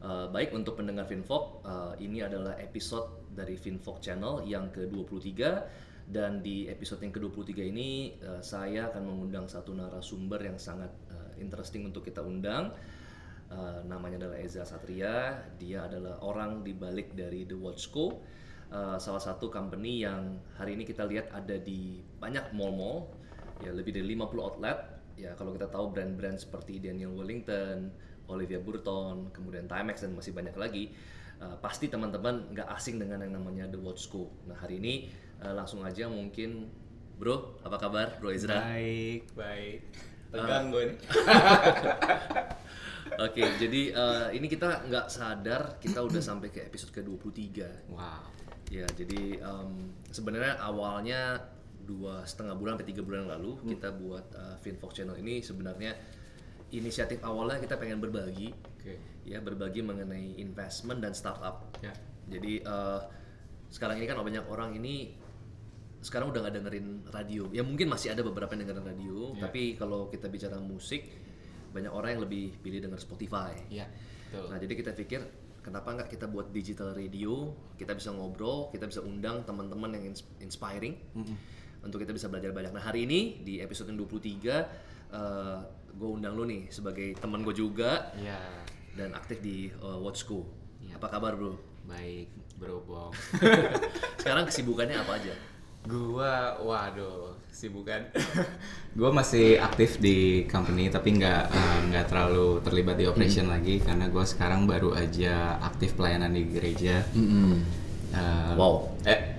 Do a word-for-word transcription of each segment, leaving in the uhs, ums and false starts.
Uh, baik untuk pendengar Finvok, uh, ini adalah episode dari Finvok Channel yang ke dua puluh tiga dan di episode yang ke dua puluh tiga ini uh, saya akan mengundang satu narasumber yang sangat uh, interesting untuk kita undang. Uh, namanya adalah Eza Satria. Dia adalah orang di balik dari The Watch Co, uh, salah satu company yang hari ini kita lihat ada di banyak mall-mall, ya lebih dari lima puluh outlet. Ya kalau kita tahu brand-brand seperti Daniel Wellington, Olivia Burton, kemudian Timex dan masih banyak lagi, uh, pasti teman-teman nggak asing dengan yang namanya The Watch Co. Nah hari ini uh, langsung aja mungkin, bro, apa kabar, bro Ezra? Baik, baik. Tegang uh, gue nih. Oke, okay, jadi uh, ini kita nggak sadar kita udah sampai ke episode ke dua puluh tiga. Wow. Ya, jadi um, sebenarnya awalnya dua setengah bulan sampai tiga bulan lalu hmm. kita buat uh, Finvok Channel ini sebenarnya inisiatif awalnya kita pengen berbagi, okay. ya berbagi mengenai investment dan startup. Yeah. Jadi uh, sekarang ini kan banyak orang ini sekarang udah nggak dengerin radio. Ya mungkin masih ada beberapa yang dengerin radio, yeah. tapi kalau kita bicara musik, banyak orang yang lebih pilih denger Spotify. Yeah. Nah jadi kita pikir kenapa nggak kita buat digital radio? Kita bisa ngobrol, kita bisa undang teman-teman yang inspiring mm-hmm. untuk kita bisa belajar banyak. Nah hari ini di episode yang dua puluh tiga. Uh, gue undang lu nih sebagai teman gue juga yeah. dan aktif di uh, Watch Co. Yeah. Apa kabar bro? Baik bro Bong. Sekarang kesibukannya apa aja? Gua, waduh, kesibukan. Gua masih aktif di company tapi nggak uh, nggak terlalu terlibat di operation mm. lagi karena gua sekarang baru aja aktif pelayanan di gereja. Mm-hmm. Uh, wow. Eh,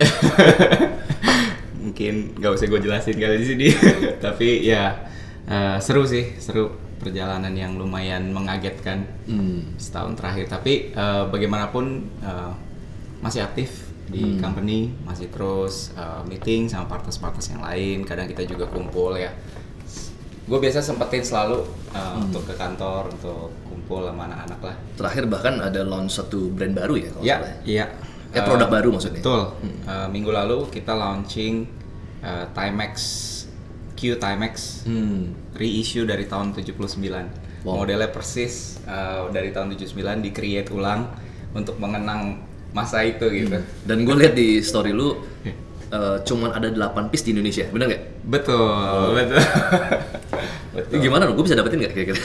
mungkin nggak usah gue jelasin kali di sini. Tapi ya. Uh, seru sih, seru perjalanan yang lumayan mengagetkan mm. setahun terakhir. Tapi uh, bagaimanapun uh, masih aktif di mm. company, masih terus uh, meeting sama partners-partners yang lain. Kadang kita juga kumpul ya. Gue biasa sempetin selalu uh, mm. untuk ke kantor, untuk kumpul sama anak-anak lah. Terakhir bahkan ada launch satu brand baru ya kalau ya, salah. Iya. Eh produk uh, baru maksudnya. Betul. Mm. Uh, minggu lalu kita launching uh, Timex. Q Timex hmm. reissue dari tahun tujuh puluh sembilan. Wow. Modelnya persis uh, dari tahun tujuh puluh sembilan di create ulang untuk mengenang masa itu gitu. Hmm. Dan gue lihat di story lu uh, cuman ada delapan piece di Indonesia, benar nggak? Betul, oh. betul. betul. Gimana lu? Gue bisa dapetin nggak kira-kira?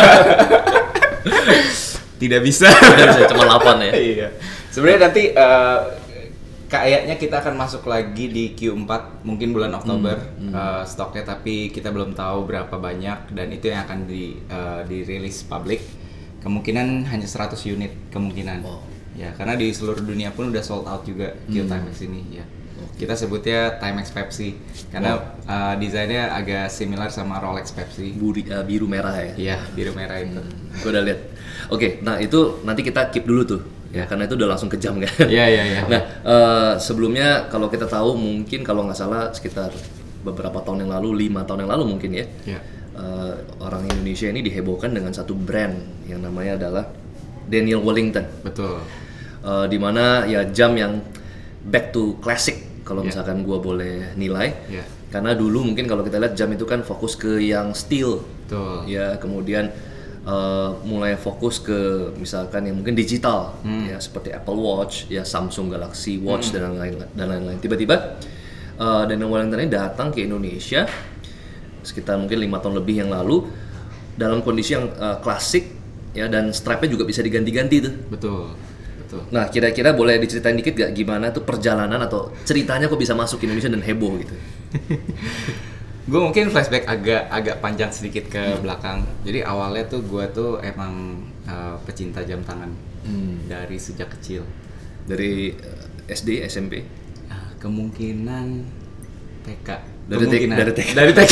Tidak bisa. Tidak bisa, cuma delapan ya. Iya. Sebenarnya nanti uh, kayaknya kita akan masuk lagi di Q empat mungkin bulan Oktober hmm, hmm. Uh, stoknya, tapi kita belum tahu berapa banyak dan itu yang akan di uh, dirilis publik. Kemungkinan hanya seratus unit kemungkinan. Wow. Ya, karena di seluruh dunia pun udah sold out juga Q hmm. Timex ini ya. Okay. Kita sebutnya Timex Pepsi karena wow. uh, desainnya agak similar sama Rolex Pepsi. Buri, uh, biru merah ya. Iya, biru merah itu. Hmm. Gue udah lihat. Oke, okay, nah itu nanti kita keep dulu tuh. Ya karena itu udah langsung kejam kan. Iya iya iya. Nah uh, sebelumnya kalau kita tahu mungkin kalau nggak salah sekitar beberapa tahun yang lalu, lima tahun yang lalu mungkin ya. Yeah. Uh, orang Indonesia ini dihebohkan dengan satu brand yang namanya adalah Daniel Wellington. Betul. Uh, dimana ya jam yang back to classic kalau yeah. misalkan gua boleh nilai. Yeah. Karena dulu mungkin kalau kita lihat jam itu kan fokus ke yang steel. Betul. Ya kemudian Uh, mulai fokus ke misalkan yang mungkin digital hmm. ya seperti Apple Watch, ya Samsung Galaxy Watch hmm. dan lain-lain dan lain-lain. Tiba-tiba uh, Daniel Wellington ini datang ke Indonesia sekitar mungkin lima tahun lebih yang lalu dalam kondisi yang uh, klasik ya dan strapnya juga bisa diganti-ganti tuh. Betul. Betul. Nah, kira-kira boleh diceritain dikit gak gimana tuh perjalanan atau ceritanya kok bisa masuk ke Indonesia dan heboh gitu? Gue mungkin flashback agak agak panjang sedikit ke hmm. belakang. Jadi awalnya tuh gue tuh emang uh, pecinta jam tangan hmm. dari sejak kecil. Dari uh, S D, S M P? Uh, kemungkinan T K. Dari kemungkinan. T K. Dari T K. Dari T K.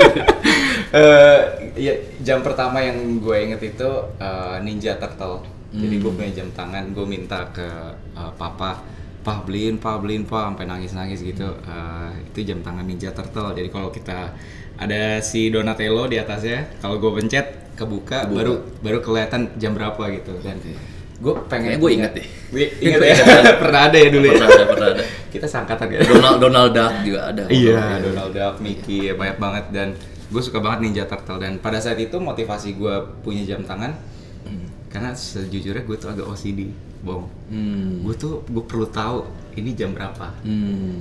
uh, ya, jam pertama yang gue inget itu uh, Ninja Turtle. Hmm. Jadi gue punya jam tangan, gue minta ke uh, papa. Pak beliin, pak beliin, pak sampai nangis-nangis gitu. Uh, itu jam tangan Ninja Turtle. Jadi kalau kita ada si Donatello di atasnya, kalau gue pencet kebuka, kebuka. baru baru kelihatan jam berapa gitu. Dan gue pengen, gue inget deh. Gue inget ya. Pernah ada ya dulu ya. Pernah ada, pernah ada. Kita sangkatan ya. Donald Donald Duck juga ada. Iya, Donald Duck, Mickey, ya, banyak banget. Dan gue suka banget Ninja Turtle. Dan pada saat itu motivasi gue punya jam tangan Karena sejujurnya gue tuh agak O C D, Bong. Hmm. Gue tuh gue perlu tahu ini jam berapa. Hmm.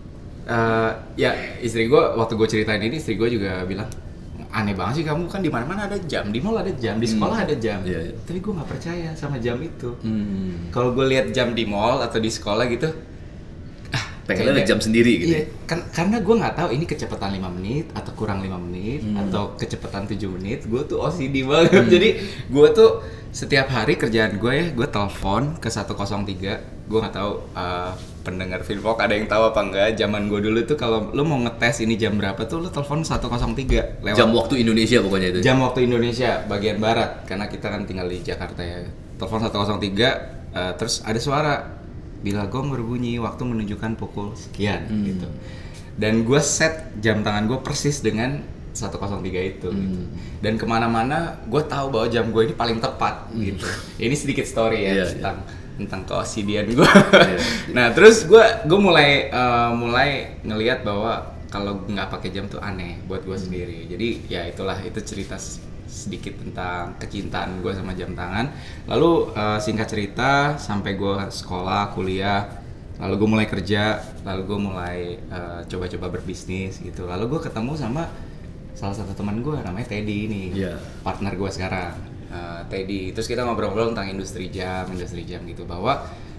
Uh, ya istri gue waktu gue ceritain ini, istri gue juga bilang, aneh banget sih kamu, kan di mana-mana ada jam, di mall ada jam, di sekolah Hmm. ada jam. Yeah, yeah. Tapi gue nggak percaya sama jam itu. Hmm. Kalau gue lihat jam di mall atau di sekolah gitu, ah, Pengen ada kayaknya- jam sendiri gitu. Iya, kan, karena gue nggak tahu ini kecepatan lima menit atau kurang lima menit Hmm. atau kecepatan tujuh menit. Gue tuh O C D banget. Jadi gue tuh setiap hari kerjaan gue ya, gue telepon ke seratus tiga. Gue nggak tahu uh, pendengar Finvok ada yang tahu apa enggak. Zaman gue dulu tuh kalau lu mau ngetes ini jam berapa tuh lu telepon seratus tiga lewat Jam waktu Indonesia pokoknya itu. jam waktu Indonesia bagian barat, karena kita kan tinggal di Jakarta ya. Telepon seratus tiga, uh, terus ada suara bila gong berbunyi, waktu menunjukkan pukul sekian Hmm. gitu. Dan gue set jam tangan gue persis dengan seratus tiga itu Hmm. gitu. Dan kemana-mana gue tahu bahwa jam gue ini paling tepat gitu. Ini sedikit story ya Iya, tentang tentang ke O C D-an gue. Iya. Nah terus gue gue mulai uh, mulai ngelihat bahwa kalau nggak pakai jam tuh aneh buat gue sendiri. Jadi ya itulah, itu cerita s- sedikit tentang kecintaan gue sama jam tangan. Lalu uh, singkat cerita sampai gue sekolah, kuliah, lalu gue mulai kerja, lalu gue mulai uh, coba-coba berbisnis gitu. Lalu gue ketemu sama salah satu teman gue namanya Teddy ini, Iya. partner gue sekarang, uh, Teddy. Terus kita ngobrol-ngobrol tentang industri jam, industri jam gitu, bahwa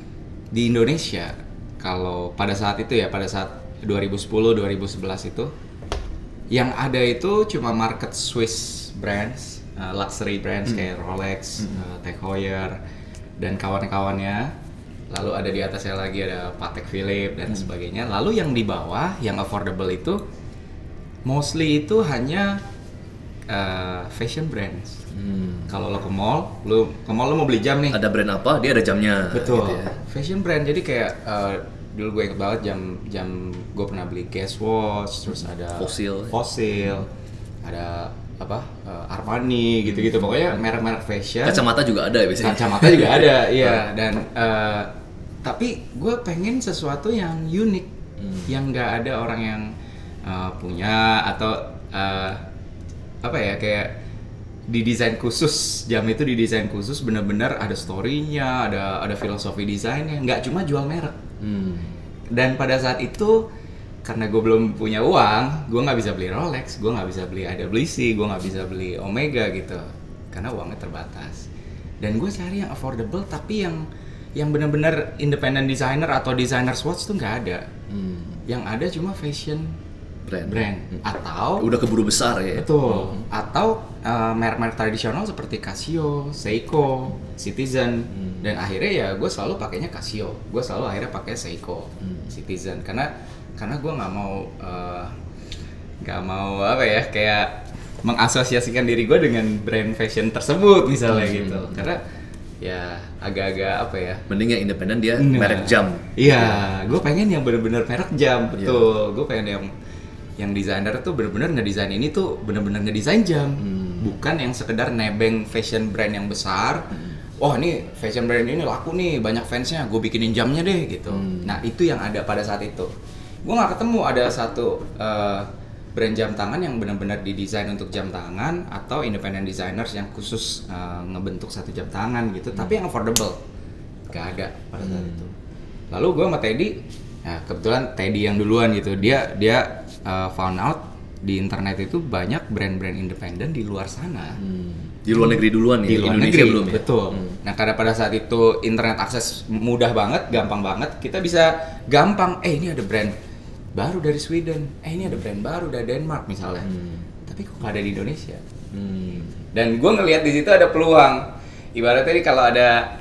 di Indonesia kalau pada saat itu ya, pada saat dua ribu sepuluh dua ribu sebelas itu yang ada itu cuma market Swiss brands, uh, luxury brands kayak Rolex, uh, Tag Heuer dan kawan-kawannya. Lalu ada di atasnya lagi ada Patek Philippe dan sebagainya. Lalu yang di bawah yang affordable itu mostly itu hanya uh, fashion brands. Hmm. Kalau lo ke mall, lo ke mall lo mau beli jam nih. Ada brand apa? Dia ada jamnya. Betul. gitu ya. Fashion brand. Jadi kayak uh, dulu gue inget banget jam jam gue pernah beli Guess Watch, terus ada Fossil. Fossil, ada apa uh, Armani gitu-gitu. Pokoknya merek-merek fashion. Kacamata juga ada ya biasanya. Kacamata juga ada, iya. Dan uh, tapi gue pengen sesuatu yang unik, Hmm. yang nggak ada orang yang uh, punya atau uh, apa ya, kayak didesain khusus. Jam itu didesain khusus, benar-benar ada story-nya, ada ada filosofi desainnya, nggak cuma jual merek. Hmm. Dan pada saat itu karena gue belum punya uang, gue nggak bisa beli Rolex, gue nggak bisa beli I W C, gue nggak bisa beli Omega gitu, karena uangnya terbatas. Dan gue cari yang affordable tapi yang yang benar-benar independent designer atau designer watch tuh nggak ada. Hmm. Yang ada cuma fashion Brand. brand atau Udah keburu besar ya. betul, atau uh, merek-merek tradisional seperti Casio, Seiko, Citizen. Hmm. Dan akhirnya ya gue selalu pakainya Casio, gue selalu akhirnya pakai Seiko, Hmm. Citizen, karena karena gue nggak mau uh, nggak mau apa ya, kayak mengasosiasikan diri gue dengan brand fashion tersebut misalnya Hmm. gitu, karena ya agak-agak apa ya. Mending yang independen dia Nah, merek jam. Iya, gue pengen yang bener-bener merek jam, Iya. betul. Gue pengen yang yang desainer tuh bener-bener ngedesain ini tuh bener-bener ngedesain jam, Hmm. bukan yang sekedar nebeng fashion brand yang besar. Wah, ini fashion brand ini laku nih, banyak fansnya, gue bikinin jamnya deh gitu. Hmm. Nah itu yang ada pada saat itu. Gue nggak ketemu ada satu uh, brand jam tangan yang benar-benar didesain untuk jam tangan atau independent designers yang khusus uh, ngebentuk satu jam tangan gitu, tapi yang affordable gak ada pada saat Hmm. itu. Lalu gue sama Teddy, nah kebetulan Teddy yang duluan gitu, dia dia uh, found out di internet itu banyak brand-brand independen di luar sana. Hmm. Di luar negeri duluan Di ya. luar Indonesia negeri, belum ya. betul. Hmm. Nah karena pada saat itu internet akses mudah banget, gampang banget, kita bisa gampang, eh ini ada brand baru dari Sweden, eh ini ada brand baru dari Denmark misalnya, Hmm. tapi kok nggak ada di Indonesia. Hmm. Dan gue ngelihat di situ ada peluang. Ibaratnya nih kalau ada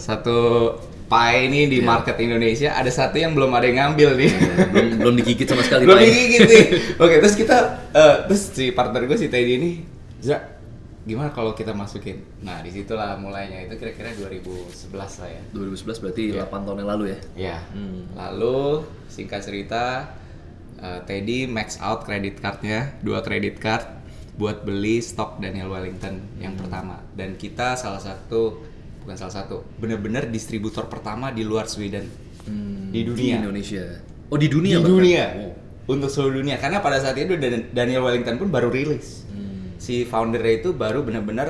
satu pie ini di Iya. market Indonesia, ada satu yang belum ada yang ngambil nih. belum belum digigit sama sekali. Belum Pak, ya. digigit nih. Oke, terus kita, eh, terus si partner gue si Teddy ini, Zra, gimana kalau kita masukin? Nah, disitulah mulainya. Itu kira-kira dua ribu sebelas lah ya. dua ribu sebelas berarti Iya. delapan tahun yang lalu ya. Ya. Hmm. Lalu singkat cerita, eh, Teddy max out kredit cardnya, dua kredit card buat beli stok Daniel Wellington yang pertama. Dan kita salah satu, bukan salah satu, bener-bener distributor pertama di luar Sweden, Hmm. di dunia. Di Indonesia. Oh di dunia. Di bahkan? dunia. Oh. Untuk seluruh dunia. Karena pada saat itu Dan- Daniel Wellington pun baru rilis. Hmm. Si foundernya itu baru benar-benar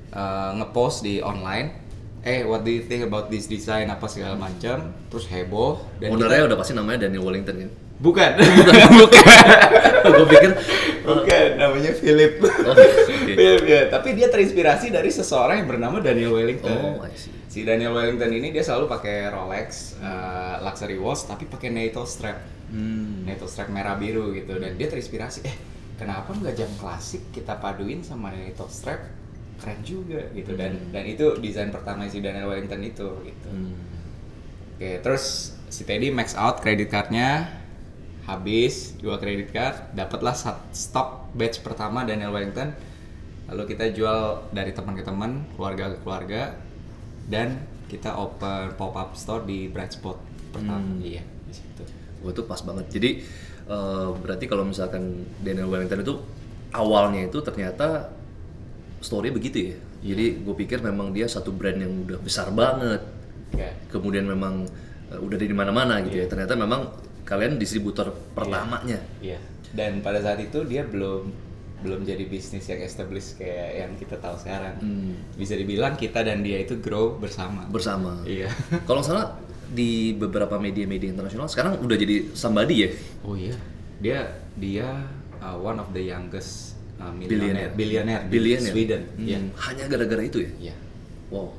uh, ngepost di online, eh what do you think about this design apa segala macam, terus heboh. Dan ownernya kita, udah pasti namanya Daniel Wellington kan? bukan, bukan, Gue pikir bukan, namanya Philip. oh, okay. Philip ya, tapi dia terinspirasi dari seseorang yang bernama Daniel Wellington. Oh, I see. Si Daniel Wellington ini dia selalu pakai Rolex uh, luxury watch tapi pakai NATO strap, Hmm. NATO strap merah biru gitu, dan dia terinspirasi, eh kenapa nggak jam klasik kita paduin sama NATO strap, keren juga gitu. Dan Hmm. dan itu desain pertama si Daniel Wellington itu gitu. Hmm. Oke, terus si Teddy max out kredit cardnya, habis dua kredit card, dapatlah sat- stok batch pertama Daniel Wellington. Lalu kita jual dari teman ke teman, keluarga ke keluarga, dan kita open pop up store di Bright Spot pertama. Hmm. Iya, di situ. Wah, itu pas banget. Jadi eh, berarti kalau misalkan Daniel Wellington itu awalnya itu ternyata story begitu ya. Jadi gue pikir memang dia satu brand yang udah besar banget. Ya. Kemudian memang eh, udah di mana-mana gitu ya. Ternyata memang kalian distributor pertamanya. Iya. Dan pada saat itu dia belum belum jadi bisnis yang established kayak yang kita tahu sekarang. Hmm. Bisa dibilang kita dan dia itu grow bersama. Bersama. Iya. Kalau nggak salah di beberapa media-media internasional sekarang udah jadi somebody ya. Oh iya. Dia dia uh, one of the youngest uh, Billionaire. billionaire di Billionaire. Sweden. Hmm. Iya. Hanya gara-gara itu ya. Iya. Wow.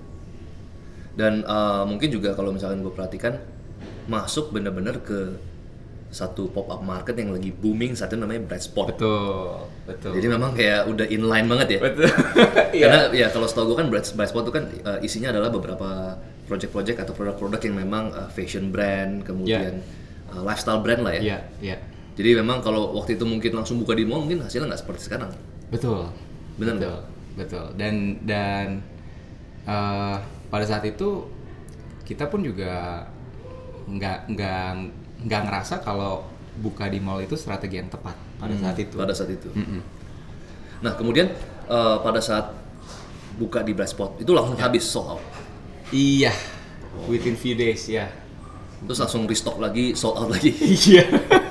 Dan uh, mungkin juga kalau misalkan gue perhatikan masuk bener-bener ke satu pop up market yang lagi booming saat itu namanya Bright Spot. Betul, betul. Jadi memang kayak udah inline banget ya. betul. Karena ya kalau setahu gue kan Bright, Bright Spot itu kan uh, isinya adalah beberapa project-project atau produk-produk yang memang uh, fashion brand, kemudian uh, lifestyle brand lah ya. Iya, iya. Jadi memang kalau waktu itu mungkin langsung buka di mall mungkin hasilnya nggak seperti sekarang. Betul. Bener betul, nggak? betul. Dan dan uh, pada saat itu kita pun juga nggak nggak nggak ngerasa kalau buka di mall itu strategi yang tepat pada Hmm, saat itu. Pada saat itu. Mm-mm. Nah kemudian uh, pada saat buka di Bright Spot itu langsung habis sold out. Iya, within few days ya. Terus langsung restock lagi, sold out lagi. Iya,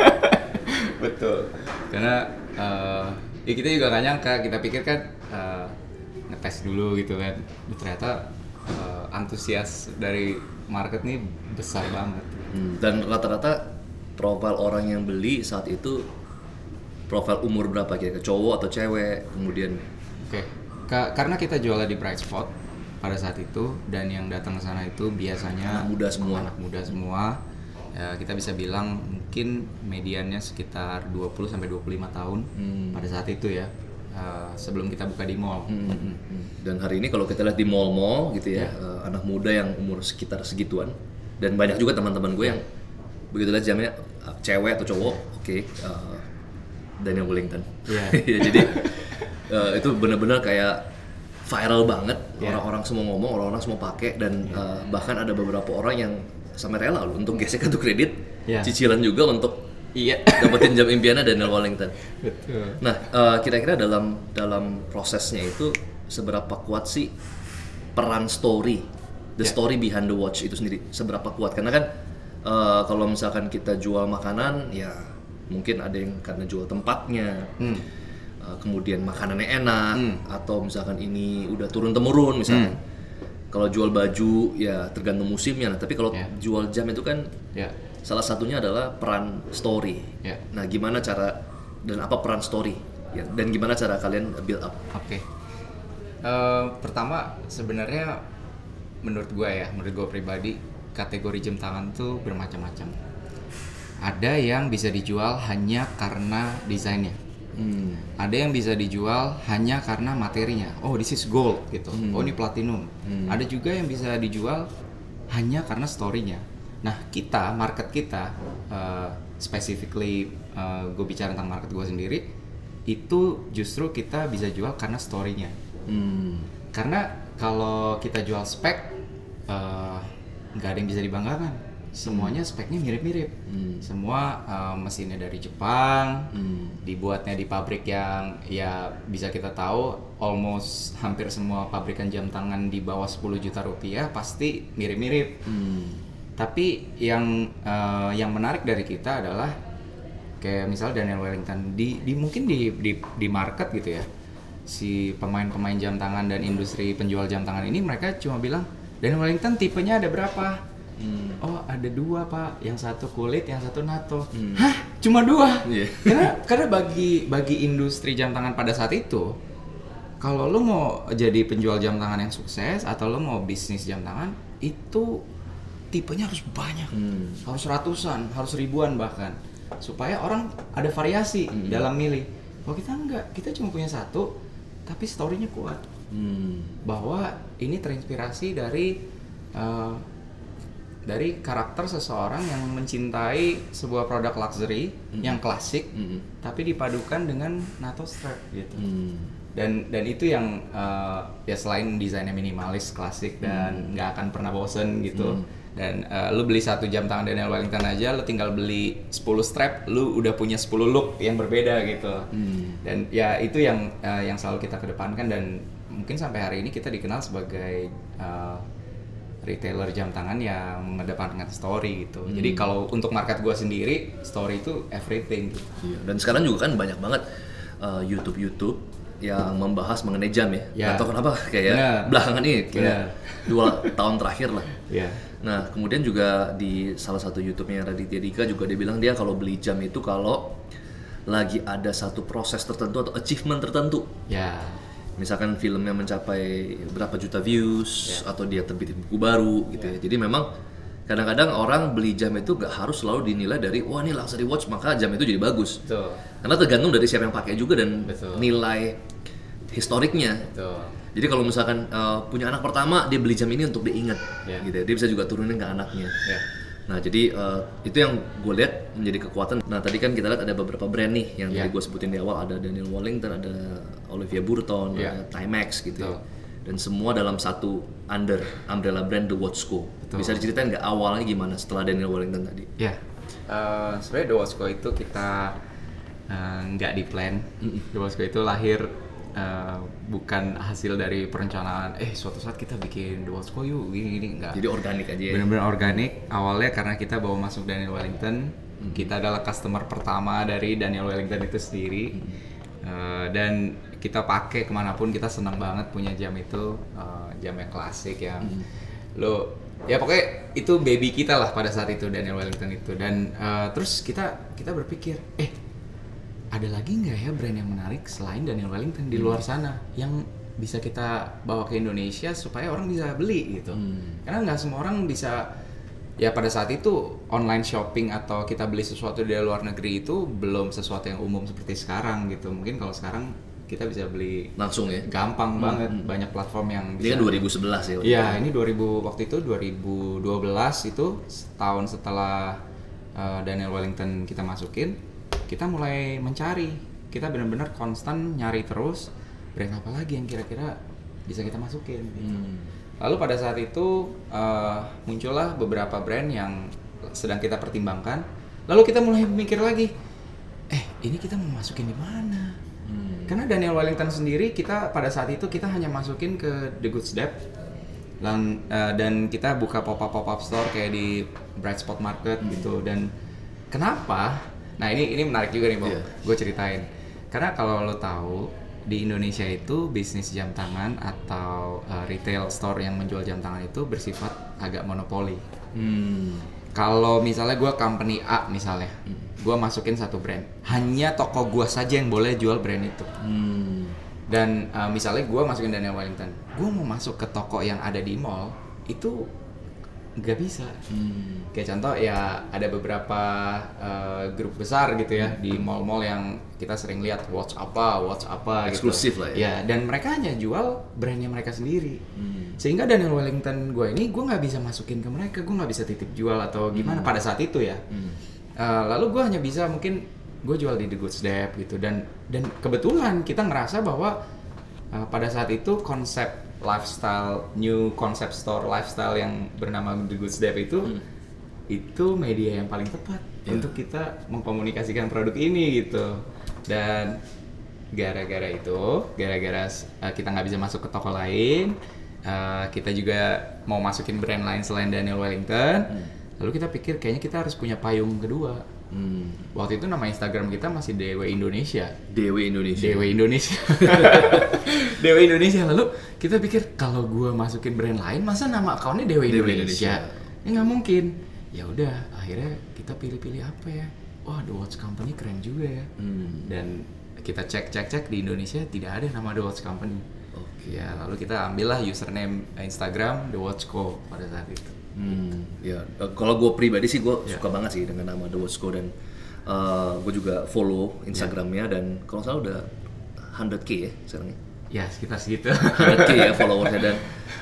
betul. Karena uh, ya kita juga nggak nyangka, kita pikir kan uh, ngetes dulu gitu kan. Ternyata uh, antusias dari market nih besar banget. Hmm, Dan rata-rata profil orang yang beli saat itu profil umur berapa kira-kira, cowok atau cewek, kemudian Oke, Ka- karena kita jualnya di Bright Spot pada saat itu, dan yang datang ke sana itu biasanya Anak muda semua. Anak muda semua. Ya, kita bisa bilang mungkin mediannya sekitar dua puluh sampai dua puluh lima tahun Hmm. pada saat itu ya. Uh, sebelum kita buka di mall. Hmm, hmm, hmm. Dan hari ini kalau kita lihat di mall-mall gitu ya, uh, anak muda yang umur sekitar segituan, dan banyak juga teman-teman gue yang begitu lihat jamnya uh, cewek atau cowok, oke, uh, Daniel Wellington. Iya. Ya, jadi uh, itu benar-benar kayak viral banget, Iya. orang-orang semua ngomong, orang-orang semua pakai, dan uh, bahkan ada beberapa orang yang sampai rela loh untuk gesek kartu kredit, Iya. cicilan juga untuk Iya. dapetin jam impiannya Daniel Wellington. Betul. Nah, uh, kira-kira dalam dalam prosesnya itu seberapa kuat sih peran story, the Ya. story behind the watch itu sendiri, seberapa kuat? Karena kan uh, kalau misalkan kita jual makanan, ya mungkin ada yang karena jual tempatnya, Hmm. uh, kemudian makanannya enak, Hmm. atau misalkan ini udah turun temurun misalkan. Kalau jual baju ya tergantung musimnya, nah, tapi kalau Ya. jual jam itu kan Ya. salah satunya adalah peran story. Ya. Nah, gimana cara dan apa peran story? Ya, dan gimana cara kalian build up? Oke. Eh, pertama sebenarnya menurut gue ya, menurut gue pribadi, kategori jam tangan tuh bermacam-macam. Ada yang bisa dijual hanya karena desainnya. Hmm. Ada yang bisa dijual hanya karena materinya. Oh, this is gold gitu. Hmm. Oh, ini platinum. Hmm. Ada juga yang bisa dijual hanya karena story-nya. Nah, kita, market kita, uh, specifically uh, gue bicara tentang market gue sendiri, itu justru kita bisa jual karena story-nya. Hmm. Karena kalau kita jual spek, uh, nggak ada yang bisa dibanggakan. Semuanya speknya mirip-mirip. Hmm. Semua uh, mesinnya dari Jepang, Hmm. dibuatnya di pabrik yang ya bisa kita tahu almost hampir semua pabrikan jam tangan di bawah sepuluh juta rupiah pasti mirip-mirip. Hmm. Tapi yang uh, yang menarik dari kita adalah kayak misal Daniel Wellington di, di mungkin di, di di market gitu ya, si pemain-pemain jam tangan dan industri penjual jam tangan ini, mereka cuma bilang Daniel Wellington tipenya ada berapa? Hmm. Oh ada dua pak, yang satu kulit, yang satu NATO. Hmm. Hah? Cuma dua? Yeah. Karena karena bagi bagi industri jam tangan pada saat itu, kalau lo mau jadi penjual jam tangan yang sukses atau lo mau bisnis jam tangan, itu tipenya harus banyak, hmm. harus ratusan, harus ribuan bahkan, supaya orang ada variasi hmm. dalam milih. Kalau kita enggak, kita cuma punya satu, tapi story-nya kuat. Hmm. Bahwa ini terinspirasi dari uh, dari karakter seseorang yang mencintai sebuah produk luxury hmm. yang klasik, hmm. tapi dipadukan dengan NATO strap gitu. Hmm. Dan dan itu yang uh, ya selain desainnya minimalis, klasik dan nggak hmm. akan pernah bosen gitu. Hmm. Dan uh, lu beli satu jam tangan Daniel Wellington aja, lu tinggal beli sepuluh strap, lu udah punya sepuluh look yang berbeda gitu. Hmm. Dan ya itu yang uh, yang selalu kita kedepankan, dan mungkin sampai hari ini kita dikenal sebagai uh, retailer jam tangan yang mengedepankan story gitu. Hmm. Jadi kalau untuk market gua sendiri, story itu everything gitu. Iya. Dan sekarang juga kan banyak banget uh, YouTube-YouTube yang membahas mengenai jam ya. Yeah. Atau kenapa kayak yeah. belakangan ini kayak yeah. dua tahun terakhir lah. Yeah. Nah, kemudian juga di salah satu YouTube-nya Raditya Dika juga dia bilang dia kalau beli jam itu kalau lagi ada satu proses tertentu atau achievement tertentu. Ya. Misalkan filmnya mencapai berapa juta views ya. Atau dia terbitin buku baru gitu ya. ya. Jadi memang kadang-kadang orang beli jam itu gak harus selalu dinilai dari wah ini luxury watch maka jam itu jadi bagus. Betul. Karena tergantung dari siapa yang pakai juga dan Betul. Nilai historiknya. Betul. Jadi kalau misalkan uh, punya anak pertama dia beli jam ini untuk diingat, yeah. gitu. Dia bisa juga turunin ke anaknya. Yeah. Nah jadi uh, itu yang gue lihat menjadi kekuatan. Nah tadi kan kita lihat ada beberapa brand nih yang yeah. tadi gue sebutin di awal, ada Daniel Wellington, ada Olivia Burton, yeah. ada Timex gitu. Ya. Dan semua dalam satu under umbrella brand The Watch Co. Betul. Bisa diceritain nggak awalnya gimana setelah Daniel Wellington tadi? Ya, yeah. uh, sebenarnya The Watch Co itu kita nggak uh, di plan. Mm-hmm. The Watch Co itu lahir Uh, bukan hasil dari perencanaan eh suatu saat kita bikin The Watch Co yuk gini-gini, enggak. Jadi organik aja ya? Bener-bener organik. Awalnya karena kita bawa masuk Daniel Wellington, hmm. kita adalah customer pertama dari Daniel Wellington itu sendiri. hmm. uh, dan kita pakai kemanapun, kita senang banget punya jam itu, uh, jam yang klasik yang hmm. lo ya pokoknya itu baby kita lah pada saat itu, Daniel Wellington itu. Dan uh, terus kita kita berpikir eh ada lagi nggak ya brand yang menarik selain Daniel Wellington di luar sana yang bisa kita bawa ke Indonesia supaya orang bisa beli gitu. Hmm. Karena nggak semua orang bisa, ya pada saat itu online shopping atau kita beli sesuatu dari luar negeri itu belum sesuatu yang umum seperti sekarang gitu. Mungkin kalau sekarang kita bisa beli langsung ya, gampang hmm. banget, banyak platform yang bisa. Ini kan dua ribu sebelas ya? Iya, ini dua ribu, waktu itu dua ribu dua belas itu setahun setelah uh, Daniel Wellington kita masukin, kita mulai mencari, kita benar-benar konstan nyari terus brand apa lagi yang kira-kira bisa kita masukin. Gitu. Hmm. Lalu pada saat itu uh, muncullah beberapa brand yang sedang kita pertimbangkan. Lalu kita mulai mikir lagi, eh ini kita mau masukin di mana? Hmm. Karena Daniel Wellington sendiri kita pada saat itu kita hanya masukin ke The Goods Dep dan, uh, dan kita buka pop-up pop-up store kayak di Bright Spot Market hmm. gitu. Dan kenapa? Nah ini ini menarik juga nih Bob, yeah. gue ceritain. Karena kalau lo tahu di Indonesia itu bisnis jam tangan atau uh, retail store yang menjual jam tangan itu bersifat agak monopoli. Hmm. Kalau misalnya gue company A misalnya, hmm. gue masukin satu brand, hanya toko gue saja yang boleh jual brand itu. Hmm. Dan uh, misalnya gue masukin Daniel Wellington, gue mau masuk ke toko yang ada di mall itu nggak bisa. Hmm. Kayak contoh ya ada beberapa uh, grup besar gitu ya hmm. di mall-mall yang kita sering lihat watch apa, watch apa eksklusif gitu. Lah ya. Ya, dan mereka hanya jual brandnya mereka sendiri. Hmm. Sehingga Daniel Wellington gue ini gue nggak bisa masukin ke mereka, gue nggak bisa titip jual atau gimana hmm. pada saat itu ya. Hmm. Uh, lalu gue hanya bisa mungkin gue jual di The Goods Dep gitu, dan dan kebetulan kita ngerasa bahwa uh, pada saat itu konsep lifestyle, new concept store lifestyle yang bernama The Goods Dep itu hmm. itu media yang paling tepat yeah. untuk kita mengkomunikasikan produk ini gitu. Dan gara-gara itu, gara-gara uh, kita nggak bisa masuk ke toko lain, uh, kita juga mau masukin brand lain selain Daniel Wellington, hmm. lalu kita pikir kayaknya kita harus punya payung kedua. Hmm. Waktu itu nama Instagram kita masih D W Indonesia. D W Indonesia. D W Indonesia. D W Indonesia. Lalu kita pikir kalau gue masukin brand lain, masa nama akunnya D W Indonesia? Ya nggak mungkin. Ya udah, akhirnya kita pilih-pilih apa ya? Wah, The Watch Company keren juga ya. Hmm. Dan kita cek-cek-cek di Indonesia tidak ada nama The Watch Company. Oke. Ya, lalu kita ambillah username Instagram The Watch Co pada saat itu. Hmm, ya. Uh, kalau gue pribadi sih gue yeah. suka banget sih dengan nama The Watch Co dan uh, gue juga follow Instagramnya yeah. dan kalau salah udah one hundred K ya sekarang. Ya sekitar segitu. one hundred K ya followersnya dan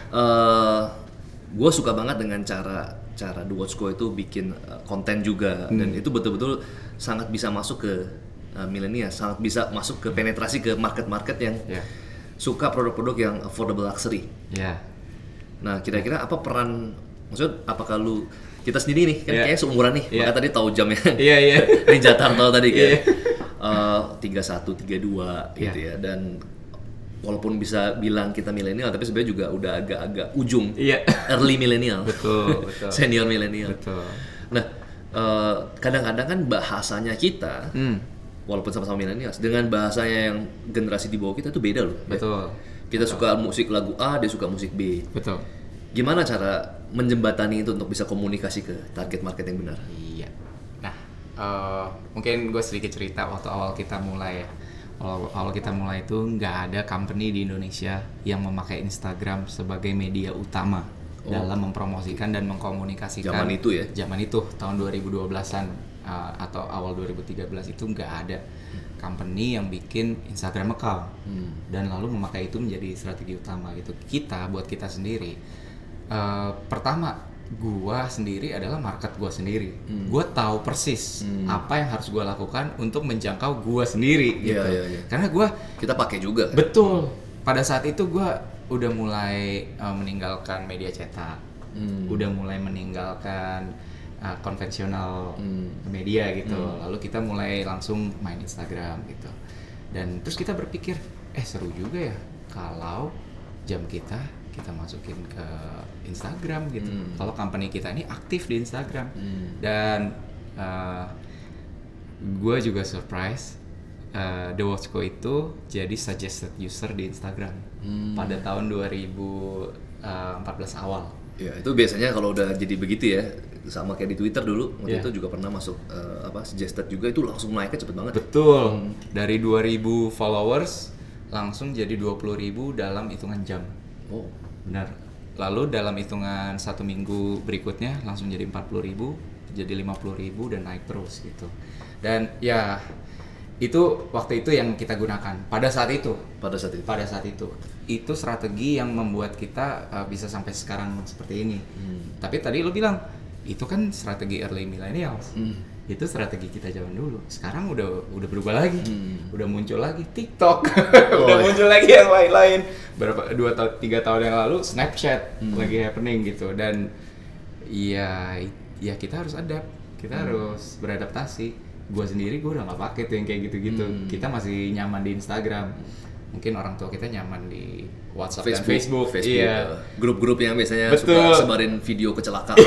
uh, gue suka banget dengan cara cara The Watch Co itu bikin uh, konten juga hmm. dan itu betul-betul sangat bisa masuk ke uh, milenial, sangat bisa masuk ke penetrasi ke market-market yang yeah. suka produk-produk yang affordable luxury. Yeah. Nah kira-kira apa peran maksud apakah lu kita sendiri nih kan yeah. kayaknya seumuran nih yeah. maka tadi tahu jamnya iya iya Ninja Turtle tadi kan yeah. uh, tiga satu tiga dua gitu yeah. ya dan walaupun bisa bilang kita milenial tapi sebenarnya juga udah agak-agak ujung yeah. early milenial betul betul senior milenial betul. Nah uh, kadang-kadang kan bahasanya kita hmm. walaupun sama-sama milenial dengan bahasanya yang generasi di bawah kita itu beda loh betul ya? Kita betul. Suka musik lagu A dia suka musik B betul. Gimana cara menjembatani itu untuk bisa komunikasi ke target market yang benar? Iya. Nah, uh, mungkin gue sedikit cerita waktu awal kita mulai ya. Awal, awal kita mulai itu nggak ada company di Indonesia yang memakai Instagram sebagai media utama oh. dalam mempromosikan dan mengkomunikasikan. Zaman itu ya? Zaman itu, tahun dua ribu dua belasan uh, atau awal dua ribu tiga belas itu nggak ada hmm. company yang bikin Instagram account hmm. dan lalu memakai itu menjadi strategi utama gitu. Kita, buat kita sendiri, Uh, pertama, gua sendiri adalah market gua sendiri. Hmm. Gua tahu persis hmm. apa yang harus gua lakukan untuk menjangkau gua sendiri gitu. Yeah, yeah, yeah. Karena gua kita pakai juga. Kan? Betul. Pada saat itu gua udah mulai uh, meninggalkan media cetak. Hmm. Udah mulai meninggalkan uh, konvensional hmm. media gitu. Hmm. Lalu kita mulai langsung main Instagram gitu. Dan terus kita berpikir, eh seru juga ya kalau jam kita kita masukin ke Instagram gitu. Hmm. Kalau company kita ini aktif di Instagram. Hmm. Dan uh, gue juga surprise uh, The Watch Co itu jadi suggested user di Instagram hmm. pada tahun dua ribu empat belas awal. Ya itu biasanya kalau udah jadi begitu ya, sama kayak di Twitter dulu waktu yeah. itu juga pernah masuk uh, apa suggested juga itu langsung naiknya cepet banget. Betul. Hmm. Dari dua ribu followers langsung jadi dua puluh ribu dalam hitungan jam. Oh. Benar. Lalu dalam hitungan satu minggu berikutnya langsung jadi empat puluh ribu, jadi lima puluh ribu dan naik terus gitu. Dan ya itu waktu itu yang kita gunakan pada saat itu. Pada saat itu. Pada saat itu. Itu strategi yang membuat kita uh, bisa sampai sekarang seperti ini. Hmm. Tapi tadi lo bilang itu kan strategi early millennials. Hmm. Itu strategi kita zaman dulu. Sekarang udah udah berubah lagi. Hmm. Udah muncul lagi TikTok. Oh, udah muncul lagi yang lain-lain. Berapa dua atau tiga tahun yang lalu Snapchat hmm. lagi happening gitu dan ya ya kita harus adapt. Kita hmm. harus beradaptasi. Gua sendiri gua udah nggak pakai tuh yang kayak gitu-gitu. Hmm. Kita masih nyaman di Instagram. Mungkin orang tua kita nyaman di WhatsApp Facebook, dan Facebook. Facebook. Iya. Grup-grup yang biasanya Betul. suka sebarin video kecelakaan.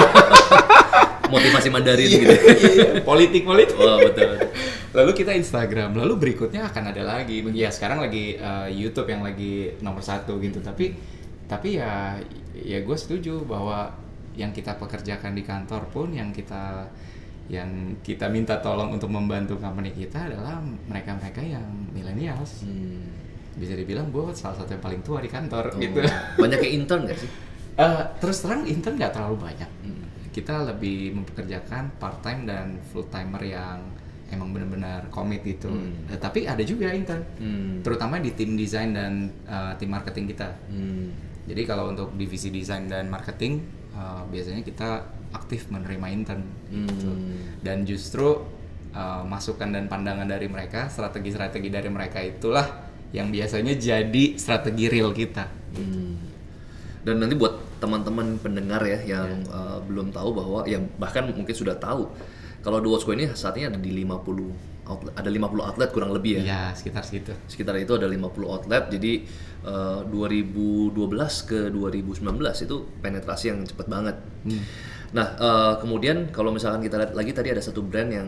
Motivasi Mandarin gitu. Politik-politik. Oh, betul. Lalu kita Instagram, lalu berikutnya akan ada lagi. Ya sekarang lagi uh, YouTube yang lagi nomor satu gitu. Tapi tapi ya ya gue setuju bahwa yang kita pekerjakan di kantor pun yang kita yang kita minta tolong untuk membantu company kita adalah mereka-mereka yang millennials. Hmm. Bisa dibilang gue salah satu yang paling tua di kantor. Oh. Gitu. Banyak yang intern nggak sih? Uh, terus terang intern nggak terlalu banyak. Hmm. Kita lebih mempekerjakan part time dan full timer yang emang benar-benar komit gitu. Hmm. Uh, tapi ada juga intern, hmm. terutama di tim desain dan uh, tim marketing kita. Hmm. Jadi kalau untuk divisi desain dan marketing uh, biasanya kita aktif menerima intern. Hmm. Gitu. Dan justru uh, masukan dan pandangan dari mereka, strategi-strategi dari mereka itulah yang biasanya jadi strategi real kita. Hmm. Dan nanti buat teman-teman pendengar ya yang yeah. uh, belum tahu bahwa yang bahkan mungkin sudah tahu kalau The Watch Co ini saat ini ada di lima puluh outlet, ada lima puluh outlet kurang lebih ya. Iya, sekitar segitu. Sekitar itu ada lima puluh outlet. Jadi uh, dua ribu dua belas ke dua ribu sembilan belas itu penetrasi yang cepat banget. Hmm. Nah, uh, kemudian kalau misalkan kita lihat lagi tadi ada satu brand yang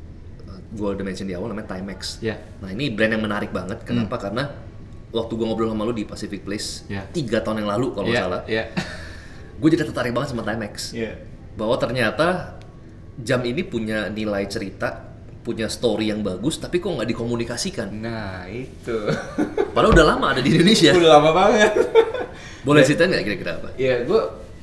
uh, gue udah mention di awal namanya Timex. Yeah. Nah, ini brand yang menarik banget. Kenapa? Hmm. Karena waktu gue ngobrol sama lu di Pacific Place yeah. tiga tahun yang lalu kalau nggak yeah. salah, yeah. gue jadi tertarik banget sama Timex. Yeah. Bahwa ternyata jam ini punya nilai cerita, punya story yang bagus, tapi kok nggak dikomunikasikan. Nah itu. Padahal udah lama ada di Indonesia. Udah lama banget. Boleh ceritain nggak kira-kira apa? Iya, gue